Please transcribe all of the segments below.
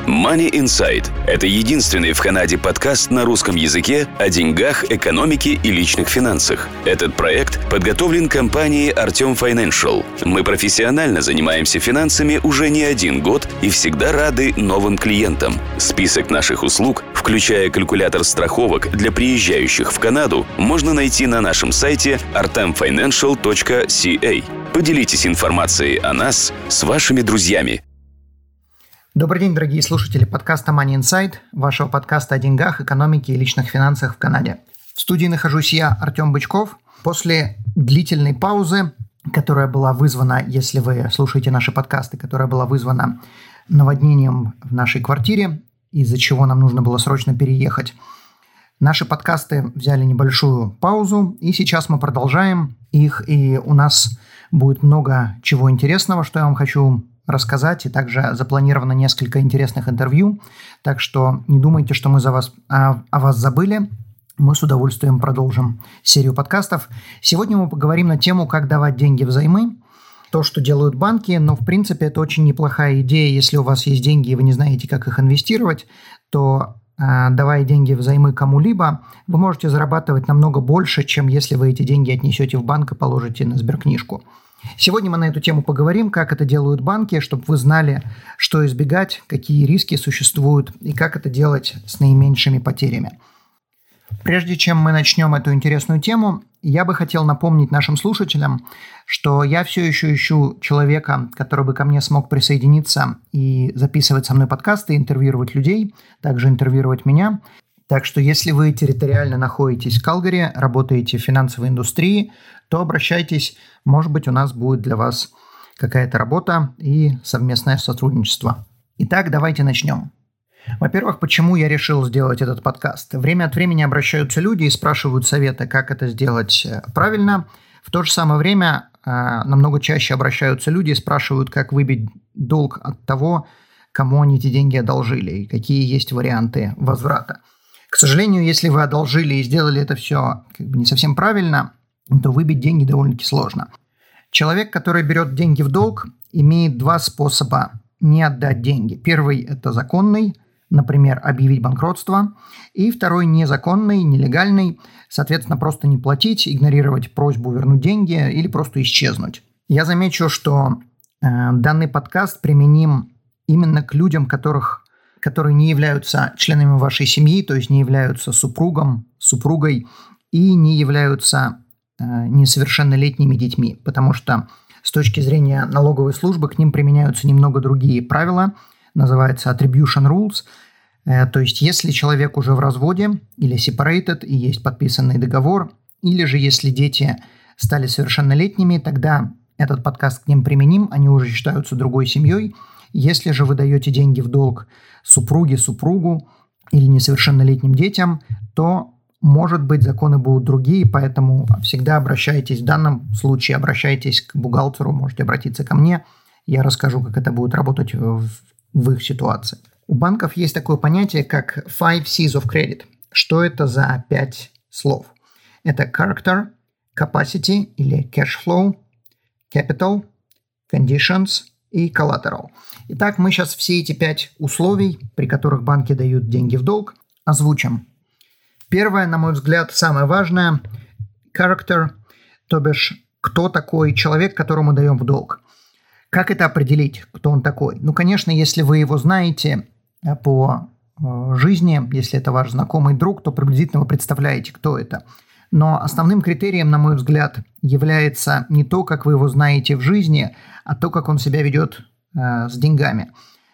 Money Insight – это единственный в Канаде подкаст на русском языке о деньгах, экономике и личных финансах. Этот проект подготовлен компанией Artem Financial. Мы профессионально занимаемся финансами уже не 1 год и всегда рады новым клиентам. Список наших услуг, включая калькулятор страховок для приезжающих в Канаду, можно найти на нашем сайте artemfinancial.ca. Поделитесь информацией о нас с вашими друзьями. Добрый день, дорогие слушатели подкаста Money Insight, вашего подкаста о деньгах, экономике и личных финансах в Канаде. В студии нахожусь я, Артем Бычков. После длительной паузы, которая была вызвана, если вы слушаете наши подкасты, которая была вызвана наводнением в нашей квартире, из-за чего нам нужно было срочно переехать, наши подкасты взяли небольшую паузу, и сейчас мы продолжаем их, и у нас будет много чего интересного, что я вам хочу рассказать, и также запланировано несколько интересных интервью, так что не думайте, что мы о вас забыли, мы с удовольствием продолжим серию подкастов. Сегодня мы поговорим на тему, как давать деньги взаймы, то, что делают банки, но в принципе это очень неплохая идея, если у вас есть деньги и вы не знаете, как их инвестировать, то давая деньги взаймы кому-либо, вы можете зарабатывать намного больше, чем если вы эти деньги отнесете в банк и положите на сберкнижку. Сегодня мы на эту тему поговорим, как это делают банки, чтобы вы знали, что избегать, какие риски существуют и как это делать с наименьшими потерями. Прежде чем мы начнем эту интересную тему, я бы хотел напомнить нашим слушателям, что я все еще ищу человека, который бы ко мне смог присоединиться и записывать со мной подкасты, интервьюировать людей, также интервьюировать меня. Так что если вы территориально находитесь в Калгари, работаете в финансовой индустрии, то обращайтесь, может быть, у нас будет для вас какая-то работа и совместное сотрудничество. Итак, давайте начнем. Во-первых, почему я решил сделать этот подкаст? Время от времени обращаются люди и спрашивают советы, как это сделать правильно. В то же самое время намного чаще обращаются люди и спрашивают, как выбить долг от того, кому они эти деньги одолжили, и какие есть варианты возврата. К сожалению, если вы одолжили и сделали это все не совсем правильно, то выбить деньги довольно-таки сложно. Человек, который берет деньги в долг, имеет 2 способа не отдать деньги. Первый – это законный, например, объявить банкротство. И второй – незаконный, нелегальный, соответственно, просто не платить, игнорировать просьбу вернуть деньги или просто исчезнуть. Я замечу, что данный подкаст применим именно к людям, которые не являются членами вашей семьи, то есть не являются супругом, супругой и не являются несовершеннолетними детьми, потому что с точки зрения налоговой службы к ним применяются немного другие правила, называется attribution rules, то есть если человек уже в разводе или separated и есть подписанный договор, или же если дети стали совершеннолетними, тогда этот подкаст к ним применим, они уже считаются другой семьей. Если же вы даете деньги в долг супруге, супругу или несовершеннолетним детям, то, может быть, законы будут другие, поэтому всегда обращайтесь, в данном случае обращайтесь к бухгалтеру, можете обратиться ко мне, я расскажу, как это будет работать в их ситуации. У банков есть такое понятие, как 5 C's of Credit. Что это за 5 слов? Это character, capacity или cash flow, capital, conditions и collateral. Итак, мы сейчас все эти 5 условий, при которых банки дают деньги в долг, озвучим. Первое, на мой взгляд, самое важное – character, то бишь, кто такой человек, которому даем в долг. Как это определить, кто он такой? Ну, конечно, если вы его знаете по жизни, если это ваш знакомый друг, то приблизительно вы представляете, кто это. Но основным критерием, на мой взгляд, является не то, как вы его знаете в жизни, а то, как он себя ведет с деньгами.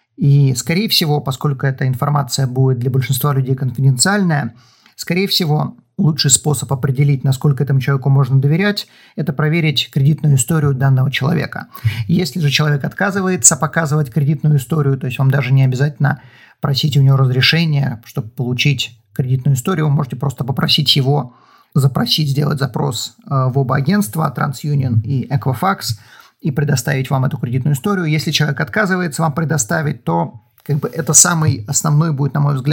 И, скорее всего, поскольку эта информация будет для большинства людей конфиденциальная, скорее всего, лучший способ определить, насколько этому человеку можно доверять, это проверить кредитную историю данного человека. Если же человек отказывается показывать кредитную историю, то есть вам даже не обязательно просить у него разрешения, чтобы получить кредитную историю, вы можете просто попросить его сделать запрос в оба агентства, TransUnion и Equifax, и предоставить вам эту кредитную историю. Если человек отказывается вам предоставить, то это самый основной будет, на мой взгляд,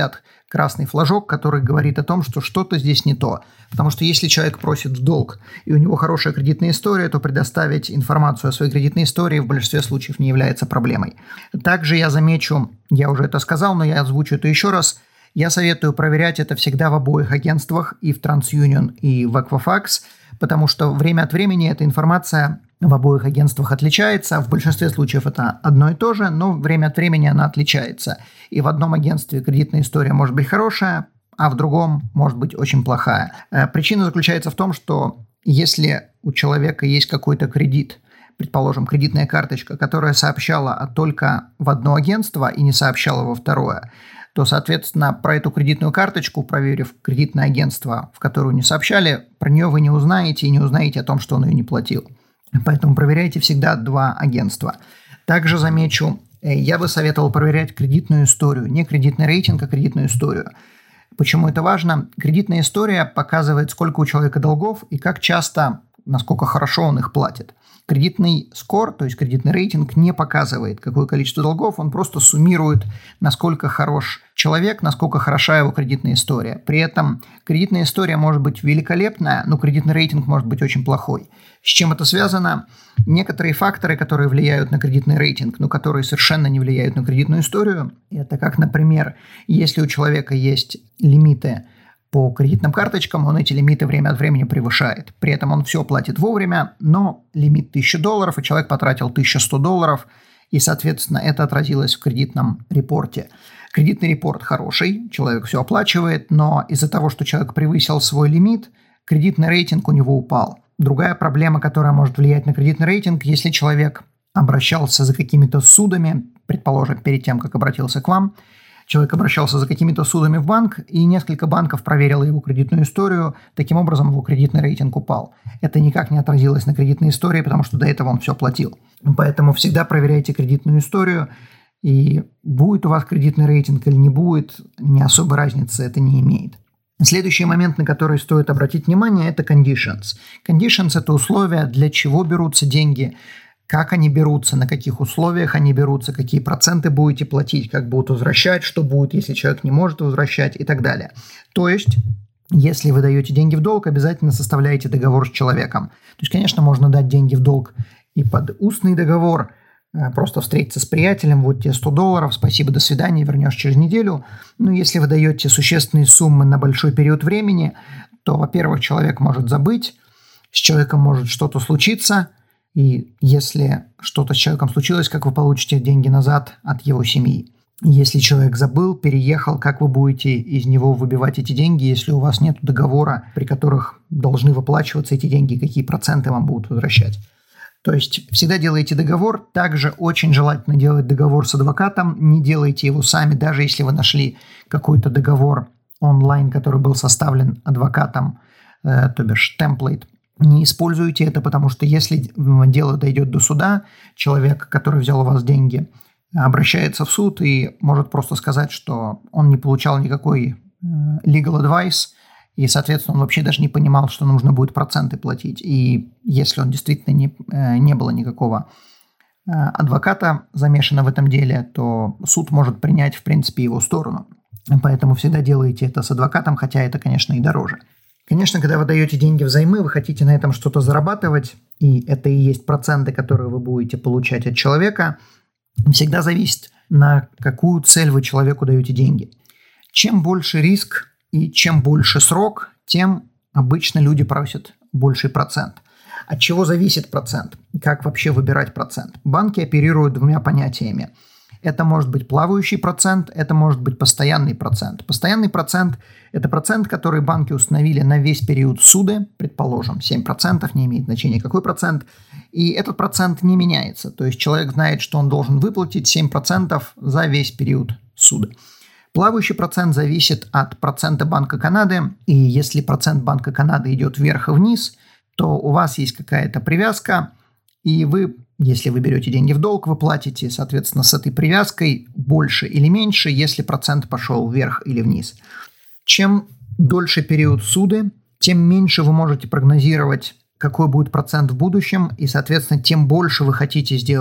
красный флажок, который говорит о том, что что-то здесь не то. Потому что если человек просит в долг, и у него хорошая кредитная история, то предоставить информацию о своей кредитной истории в большинстве случаев не является проблемой. Также я замечу, я уже это сказал, но я озвучу это еще раз, я советую проверять это всегда в обоих агентствах, и в TransUnion, и в Equifax, потому что время от времени эта информация в обоих агентствах отличается. В большинстве случаев это одно и то же, но время от времени она отличается. И в одном агентстве кредитная история может быть хорошая, а в другом может быть очень плохая. Причина заключается в том, что если у человека есть какой-то кредит, предположим, кредитная карточка, которая сообщала только в одно агентство и не сообщала во второе, то, соответственно, про эту кредитную карточку, проверив кредитное агентство, в которую не сообщали, про нее вы не узнаете и не узнаете о том, что он ее не платил. Поэтому проверяйте всегда два агентства. Также замечу, я бы советовал проверять кредитную историю. Не кредитный рейтинг, а кредитную историю. Почему это важно? Кредитная история показывает, сколько у человека долгов и как часто, насколько хорошо он их платит. Кредитный скор, то есть кредитный рейтинг, не показывает, какое количество долгов, он просто суммирует, насколько хорош человек, насколько хороша его кредитная история. При этом кредитная история может быть великолепная, но кредитный рейтинг может быть очень плохой. С чем это связано? Некоторые факторы, которые влияют на кредитный рейтинг, но которые совершенно не влияют на кредитную историю, это как, например, если у человека есть лимиты по кредитным карточкам, он эти лимиты время от времени превышает. При этом он все платит вовремя, но лимит $1000, и человек потратил $1100, и, соответственно, это отразилось в кредитном репорте. Кредитный репорт хороший, человек все оплачивает, но из-за того, что человек превысил свой лимит, кредитный рейтинг у него упал. Другая проблема, которая может влиять на кредитный рейтинг, если человек обращался за какими-то судами, предположим, перед тем, как обратился к вам, человек обращался за какими-то судами в банк, и несколько банков проверило его кредитную историю, таким образом его кредитный рейтинг упал. Это никак не отразилось на кредитной истории, потому что до этого он все платил. Поэтому всегда проверяйте кредитную историю, и будет у вас кредитный рейтинг или не будет, не особо разницы это не имеет. Следующий момент, на который стоит обратить внимание, это conditions. Conditions – это условия, для чего берутся деньги, как они берутся, на каких условиях они берутся, какие проценты будете платить, как будут возвращать, что будет, если человек не может возвращать и так далее. То есть, если вы даете деньги в долг, обязательно составляйте договор с человеком. То есть, конечно, можно дать деньги в долг и под устный договор, просто встретиться с приятелем, вот тебе $100, спасибо, до свидания, вернешь через неделю. Но если вы даете существенные суммы на большой период времени, то, во-первых, человек может забыть, с человеком может что-то случиться, и если что-то с человеком случилось, как вы получите деньги назад от его семьи? Если человек забыл, переехал, как вы будете из него выбивать эти деньги, если у вас нет договора, при которых должны выплачиваться эти деньги, какие проценты вам будут возвращать? То есть всегда делайте договор. Также очень желательно делать договор с адвокатом. Не делайте его сами, даже если вы нашли какой-то договор онлайн, который был составлен адвокатом, то бишь темплейт. Не используйте это, потому что если дело дойдет до суда, человек, который взял у вас деньги, обращается в суд и может просто сказать, что он не получал никакой legal advice, и, соответственно, он вообще даже не понимал, что нужно будет проценты платить. И если он действительно не было никакого адвоката замешано в этом деле, то суд может принять, в принципе, его сторону. Поэтому всегда делайте это с адвокатом, хотя это, конечно, и дороже. Конечно, когда вы даете деньги взаймы, вы хотите на этом что-то зарабатывать, и это и есть проценты, которые вы будете получать от человека. Всегда зависит, на какую цель вы человеку даете деньги. Чем больше риск и чем больше срок, тем обычно люди просят больший процент. От чего зависит процент? Как вообще выбирать процент? Банки оперируют двумя понятиями. Это может быть плавающий процент, это может быть постоянный процент. Постоянный процент – это процент, который банки установили на весь период суды, предположим, 7%, не имеет значения какой процент, и этот процент не меняется. То есть человек знает, что он должен выплатить 7% за весь период суды. Плавающий процент зависит от процента Банка Канады, и если процент Банка Канады идет вверх и вниз, то у вас есть какая-то привязка, и вы, если вы берете деньги в долг, вы платите, соответственно, с этой привязкой больше или меньше, если процент пошел вверх или вниз. Чем дольше период суды, тем меньше вы можете прогнозировать, какой будет процент в будущем, и, соответственно, тем больше вы хотите сделать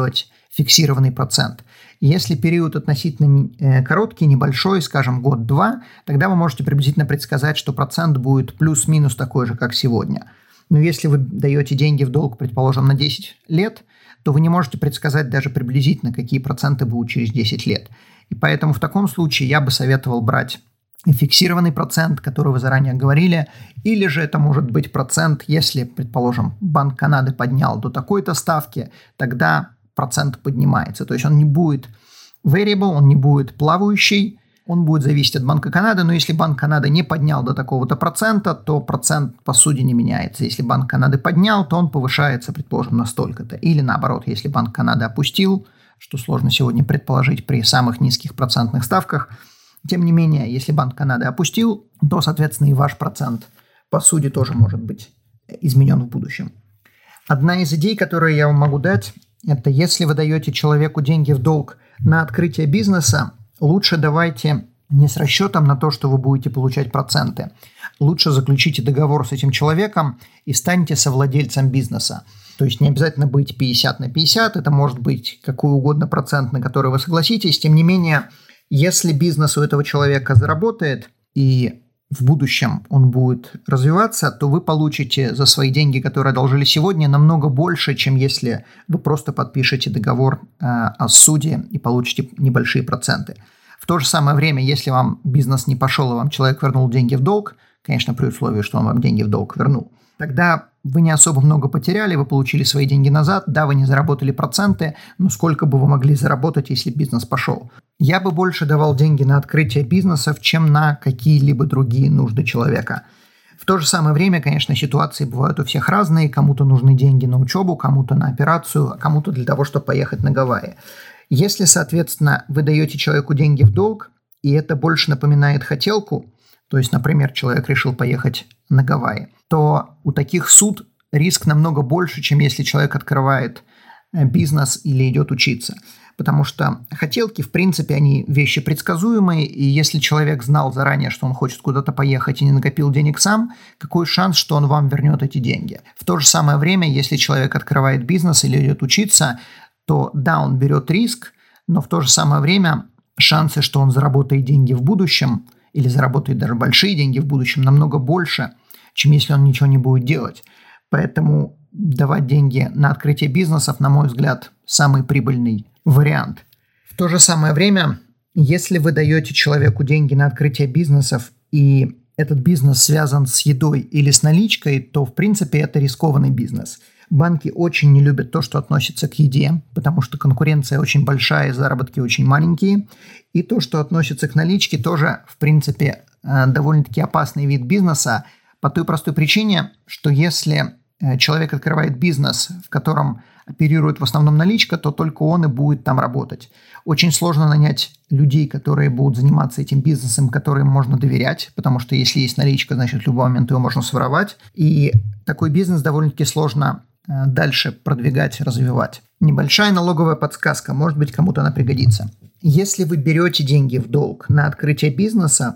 фиксированный процент. Если период относительно короткий, небольшой, скажем, год-два, тогда вы можете приблизительно предсказать, что процент будет плюс-минус такой же, как сегодня. Но если вы даете деньги в долг, предположим, на 10 лет, то вы не можете предсказать даже приблизительно, какие проценты будут через 10 лет. И поэтому в таком случае я бы советовал брать фиксированный процент, который вы заранее говорили, или же это может быть процент, если, предположим, Банк Канады поднял до такой-то ставки, тогда процент поднимается. То есть он не будет variable, он не будет плавающий, он будет зависеть от Банка Канады, но если Банк Канады не поднял до такого-то процента, то процент по сути не меняется. Если Банк Канады поднял, то он повышается, предположим, на столько-то. Или наоборот, если Банк Канады опустил, что сложно сегодня предположить при самых низких процентных ставках. Тем не менее, если Банк Канады опустил, то, соответственно, и ваш процент по сути тоже может быть изменен в будущем. Одна из идей, которую я вам могу дать, это если вы даете человеку деньги в долг на открытие бизнеса, лучше давайте не с расчетом на то, что вы будете получать проценты. Лучше заключите договор с этим человеком и станьте совладельцем бизнеса. То есть не обязательно быть 50 на 50, это может быть какой угодно процент, на который вы согласитесь. Тем не менее, если бизнес у этого человека заработает и в будущем он будет развиваться, то вы получите за свои деньги, которые одолжили сегодня, намного больше, чем если вы просто подпишете договор о суде и получите небольшие проценты. В то же самое время, если вам бизнес не пошел и вам человек вернул деньги в долг, конечно, при условии, что он вам деньги в долг вернул, тогда вы не особо много потеряли, вы получили свои деньги назад, да, вы не заработали проценты, но сколько бы вы могли заработать, если бизнес пошел? Я бы больше давал деньги на открытие бизнесов, чем на какие-либо другие нужды человека. В то же самое время, конечно, ситуации бывают у всех разные. Кому-то нужны деньги на учебу, кому-то на операцию, а кому-то для того, чтобы поехать на Гавайи. Если, соответственно, вы даете человеку деньги в долг, и это больше напоминает хотелку, то есть, например, человек решил поехать на Гавайи, то у таких суд риск намного больше, чем если человек открывает бизнес или идет учиться. Потому что хотелки, в принципе, они вещи предсказуемые, и если человек знал заранее, что он хочет куда-то поехать и не накопил денег сам, какой шанс, что он вам вернет эти деньги? В то же самое время, если человек открывает бизнес или идет учиться, то да, он берет риск, но в то же самое время шансы, что он заработает деньги в будущем или заработает даже большие деньги в будущем, намного больше, чем если он ничего не будет делать. Поэтому давать деньги на открытие бизнесов, на мой взгляд, самый прибыльный вариант. В то же самое время, если вы даете человеку деньги на открытие бизнесов, и этот бизнес связан с едой или с наличкой, то, в принципе, это рискованный бизнес. Банки очень не любят то, что относится к еде, потому что конкуренция очень большая, заработки очень маленькие. И то, что относится к наличке, тоже, в принципе, довольно-таки опасный вид бизнеса по той простой причине, что если человек открывает бизнес, в котором оперирует в основном наличка, то только он и будет там работать. Очень сложно нанять людей, которые будут заниматься этим бизнесом, которым можно доверять, потому что если есть наличка, значит, в любой момент его можно своровать. И такой бизнес довольно-таки сложно дальше продвигать, развивать. Небольшая налоговая подсказка, может быть, кому-то она пригодится. Если вы берете деньги в долг на открытие бизнеса,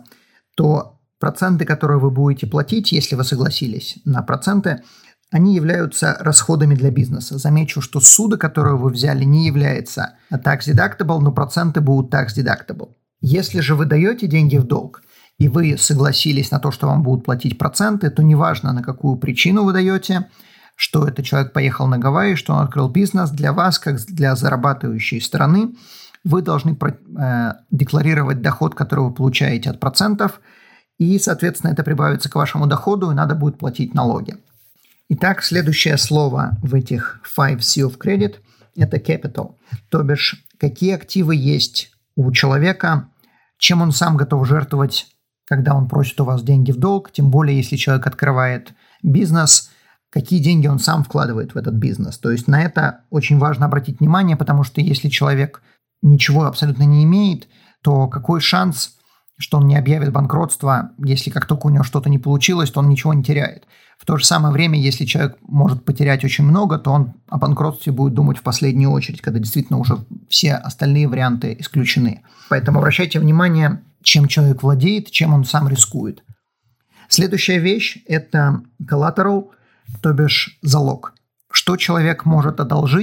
то проценты, которые вы будете платить, если вы согласились на проценты, они являются расходами для бизнеса. Замечу, что ссуда, которую вы взяли, не является tax deductible, но проценты будут tax deductible. Если же вы даете деньги в долг, и вы согласились на то, что вам будут платить проценты, то неважно, на какую причину вы даете, что этот человек поехал на Гавайи, что он открыл бизнес, для вас, как для зарабатывающей стороны, вы должны декларировать доход, который вы получаете от процентов, и, соответственно, это прибавится к вашему доходу, и надо будет платить налоги. Итак, следующее слово в этих 5C of Credit – это capital, то бишь какие активы есть у человека, чем он сам готов жертвовать, когда он просит у вас деньги в долг, тем более если человек открывает бизнес, какие деньги он сам вкладывает в этот бизнес. То есть на это очень важно обратить внимание, потому что если человек ничего абсолютно не имеет, то какой шанс, что он не объявит банкротство, если как только у него что-то не получилось, то он ничего не теряет. В то же самое время, если человек может потерять очень много, то он о банкротстве будет думать в последнюю очередь, когда действительно уже все остальные варианты исключены. Поэтому обращайте внимание, чем человек владеет, чем он сам рискует. Следующая вещь – это collateral, то бишь залог. Что человек может одолжить,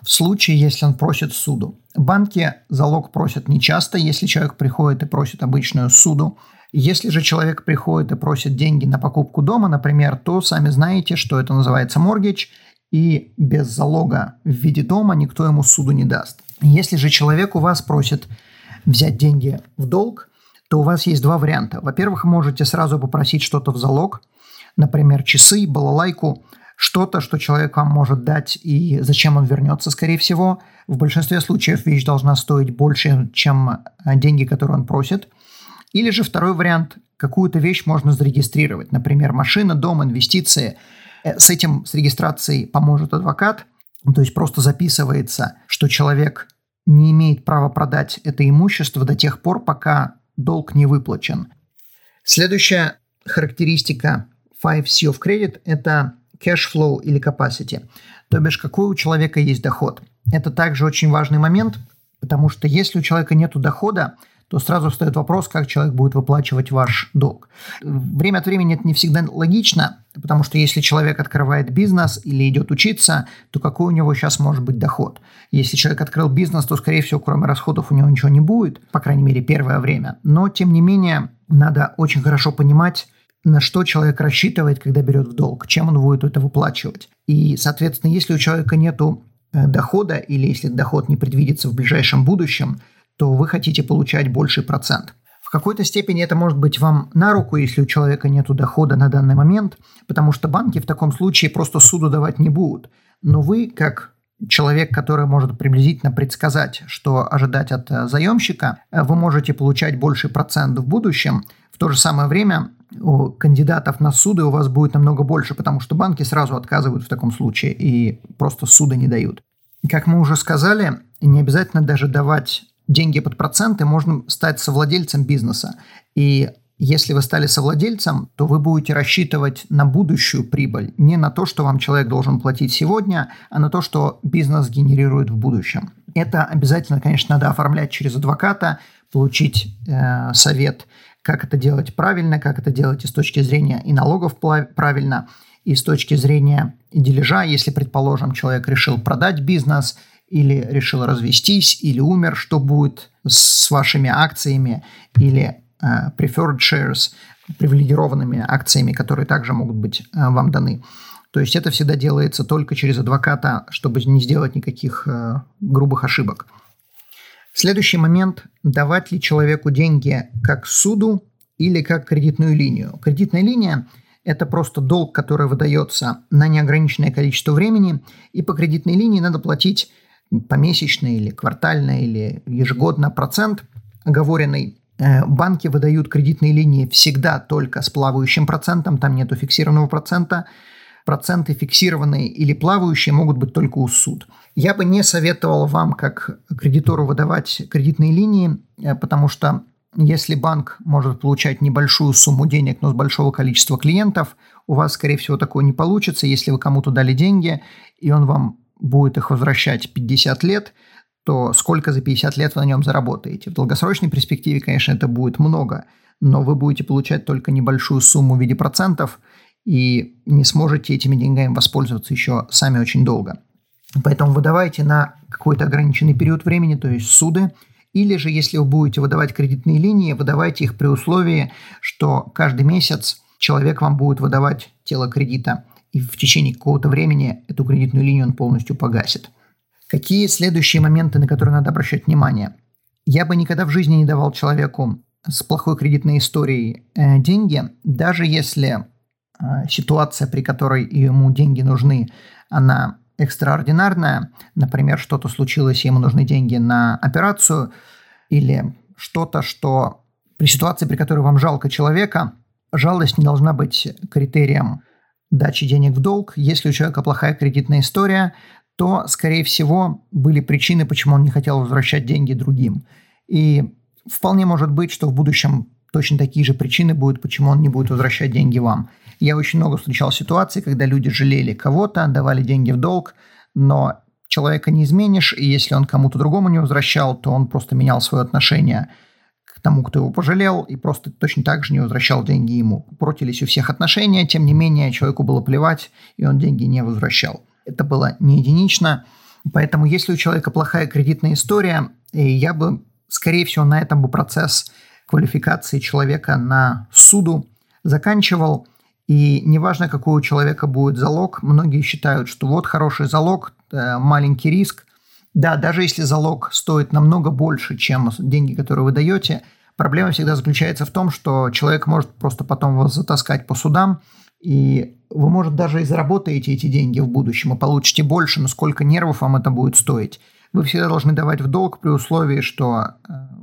в случае, если он просит суду. Банки залог просят нечасто, если человек приходит и просит обычную суду. Если же человек приходит и просит деньги на покупку дома, например, то сами знаете, что это называется mortgage, и без залога в виде дома никто ему суду не даст. Если же человек у вас просит взять деньги в долг, то у вас есть два варианта. Во-первых, можете сразу попросить что-то в залог, например, часы, балалайку, что-то, что человек вам может дать и зачем он вернется, скорее всего. В большинстве случаев вещь должна стоить больше, чем деньги, которые он просит. Или же второй вариант, какую-то вещь можно зарегистрировать, например, машина, дом, инвестиции. С регистрацией поможет адвокат, то есть просто записывается, что человек не имеет права продать это имущество до тех пор, пока долг не выплачен. Следующая характеристика 5C of Credit – это cash flow или capacity, то бишь какой у человека есть доход. Это также очень важный момент, потому что если у человека нет дохода, то сразу встает вопрос, как человек будет выплачивать ваш долг. Время от времени это не всегда логично, потому что если человек открывает бизнес или идет учиться, то какой у него сейчас может быть доход? Если человек открыл бизнес, то, скорее всего, кроме расходов у него ничего не будет, по крайней мере, первое время. Но, тем не менее, надо очень хорошо понимать, на что человек рассчитывает, когда берет в долг, чем он будет это выплачивать. И, соответственно, если у человека нет дохода или если доход не предвидится в ближайшем будущем, то вы хотите получать больший процент. В какой-то степени это может быть вам на руку, если у человека нет дохода на данный момент, потому что банки в таком случае просто суду давать не будут. Но вы, как человек, который может приблизительно предсказать, что ожидать от заемщика, вы можете получать больший процент в будущем. В то же самое время у кандидатов на суды у вас будет намного больше, потому что банки сразу отказывают в таком случае и просто суда не дают. Как мы уже сказали, не обязательно даже давать деньги под проценты, можно стать совладельцем бизнеса. И если вы стали совладельцем, то вы будете рассчитывать на будущую прибыль, не на то, что вам человек должен платить сегодня, а на то, что бизнес генерирует в будущем. Это обязательно, конечно, надо оформлять через адвоката, получить совет, как это делать правильно, как это делать и с точки зрения и налогов правильно, и с точки зрения дележа, если, предположим, человек решил продать бизнес или решил развестись, или умер, что будет с вашими акциями или preferred shares, привилегированными акциями, которые также могут быть вам даны. То есть это всегда делается только через адвоката, чтобы не сделать никаких грубых ошибок. Следующий момент – давать ли человеку деньги как суду или как кредитную линию. Кредитная линия – это просто долг, который выдается на неограниченное количество времени, и по кредитной линии надо платить помесячно или квартально или ежегодно процент оговоренный. Банки выдают кредитные линии всегда только с плавающим процентом, там нету фиксированного процента. Проценты фиксированные или плавающие могут быть только у суд. Я бы не советовал вам, как кредитору, выдавать кредитные линии, потому что если банк может получать небольшую сумму денег, но с большого количества клиентов, у вас, скорее всего, такое не получится. Если вы кому-то дали деньги, и он вам будет их возвращать 50 лет, то сколько за 50 лет вы на нем заработаете? В долгосрочной перспективе, конечно, это будет много, но вы будете получать только небольшую сумму в виде процентов и не сможете этими деньгами воспользоваться еще сами очень долго. Поэтому выдавайте на какой-то ограниченный период времени, то есть суды, или же, если вы будете выдавать кредитные линии, выдавайте их при условии, что каждый месяц человек вам будет выдавать тело кредита, и в течение какого-то времени эту кредитную линию он полностью погасит. Какие следующие моменты, на которые надо обращать внимание? Я бы никогда в жизни не давал человеку с плохой кредитной историей деньги, даже если ситуация, при которой ему деньги нужны, она экстраординарная, например, что-то случилось, ему нужны деньги на операцию, или что-то, что при ситуации, при которой вам жалко человека, жалость не должна быть критерием дачи денег в долг. Если у человека плохая кредитная история, то, скорее всего, были причины, почему он не хотел возвращать деньги другим. И вполне может быть, что в будущем точно такие же причины будут, почему он не будет возвращать деньги вам. Я очень много встречал ситуаций, когда люди жалели кого-то, давали деньги в долг, но человека не изменишь, и если он кому-то другому не возвращал, то он просто менял свое отношение к тому, кто его пожалел, и просто точно так же не возвращал деньги ему. Портились у всех отношения, тем не менее человеку было плевать, и он деньги не возвращал. Это было не единично. Поэтому если у человека плохая кредитная история, я бы, скорее всего, на этом бы процесс квалификации человека на суду заканчивал. И неважно, какой у человека будет залог, многие считают, что вот хороший залог, маленький риск. Да, даже если залог стоит намного больше, чем деньги, которые вы даете, проблема всегда заключается в том, что человек может просто потом вас затаскать по судам, и вы, может, даже и заработаете эти деньги в будущем и получите больше, но сколько нервов вам это будет стоить. Вы всегда должны давать в долг при условии, что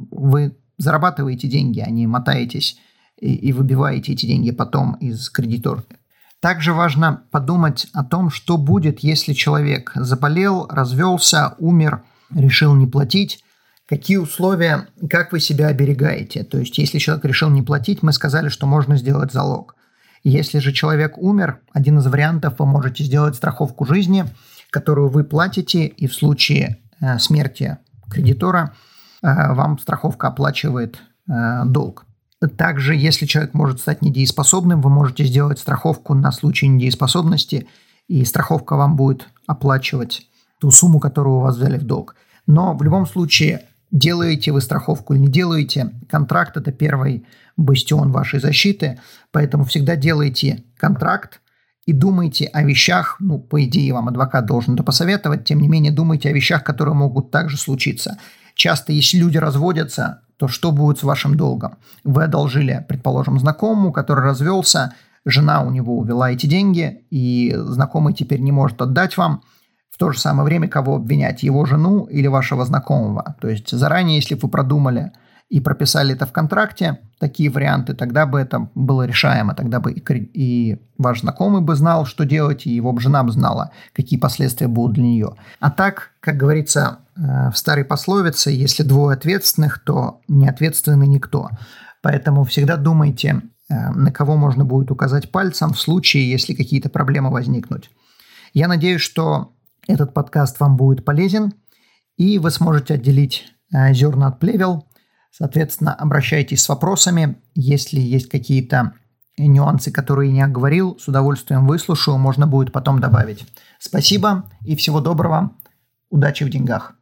вы зарабатываете деньги, а не мотаетесь и выбиваете эти деньги потом из кредиторов. Также важно подумать о том, что будет, если человек заболел, развелся, умер, решил не платить. Какие условия, как вы себя оберегаете? То есть, если человек решил не платить, мы сказали, что можно сделать залог. Если же человек умер, один из вариантов, вы можете сделать страховку жизни, которую вы платите, и в случае смерти кредитора вам страховка оплачивает долг. Также, если человек может стать недееспособным, вы можете сделать страховку на случай недееспособности, и страховка вам будет оплачивать ту сумму, которую у вас взяли в долг. Но в любом случае, делаете вы страховку или не делаете, контракт – это первый бастион вашей защиты, поэтому всегда делайте контракт и думайте о вещах, по идее, вам адвокат должен это посоветовать, тем не менее, думайте о вещах, которые могут также случиться. Часто, если люди разводятся, то что будет с вашим долгом? Вы одолжили, предположим, знакомому, который развелся, жена у него увела эти деньги, и знакомый теперь не может отдать вам. В то же самое время кого обвинять? Его жену или вашего знакомого? То есть заранее, если бы вы продумали и прописали это в контракте, такие варианты, тогда бы это было решаемо, тогда бы и ваш знакомый бы знал, что делать, и его жена бы знала, какие последствия будут для нее. А так, как говорится в старой пословице, если двое ответственных, то не ответственный никто. Поэтому всегда думайте, на кого можно будет указать пальцем в случае, если какие-то проблемы возникнут. Я надеюсь, что этот подкаст вам будет полезен, и вы сможете отделить зерна от плевел. Соответственно, обращайтесь с вопросами. Если есть какие-то нюансы, которые я не оговорил, с удовольствием выслушаю, можно будет потом добавить. Спасибо и всего доброго. Удачи в деньгах.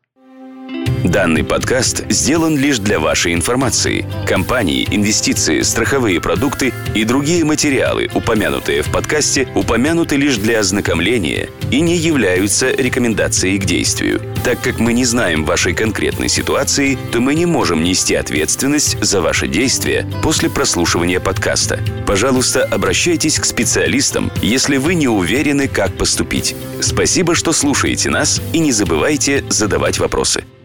Данный подкаст сделан лишь для вашей информации. Компании, инвестиции, страховые продукты и другие материалы, упомянутые в подкасте, упомянуты лишь для ознакомления и не являются рекомендацией к действию. Так как мы не знаем вашей конкретной ситуации, то мы не можем нести ответственность за ваши действия после прослушивания подкаста. Пожалуйста, обращайтесь к специалистам, если вы не уверены, как поступить. Спасибо, что слушаете нас, и не забывайте задавать вопросы.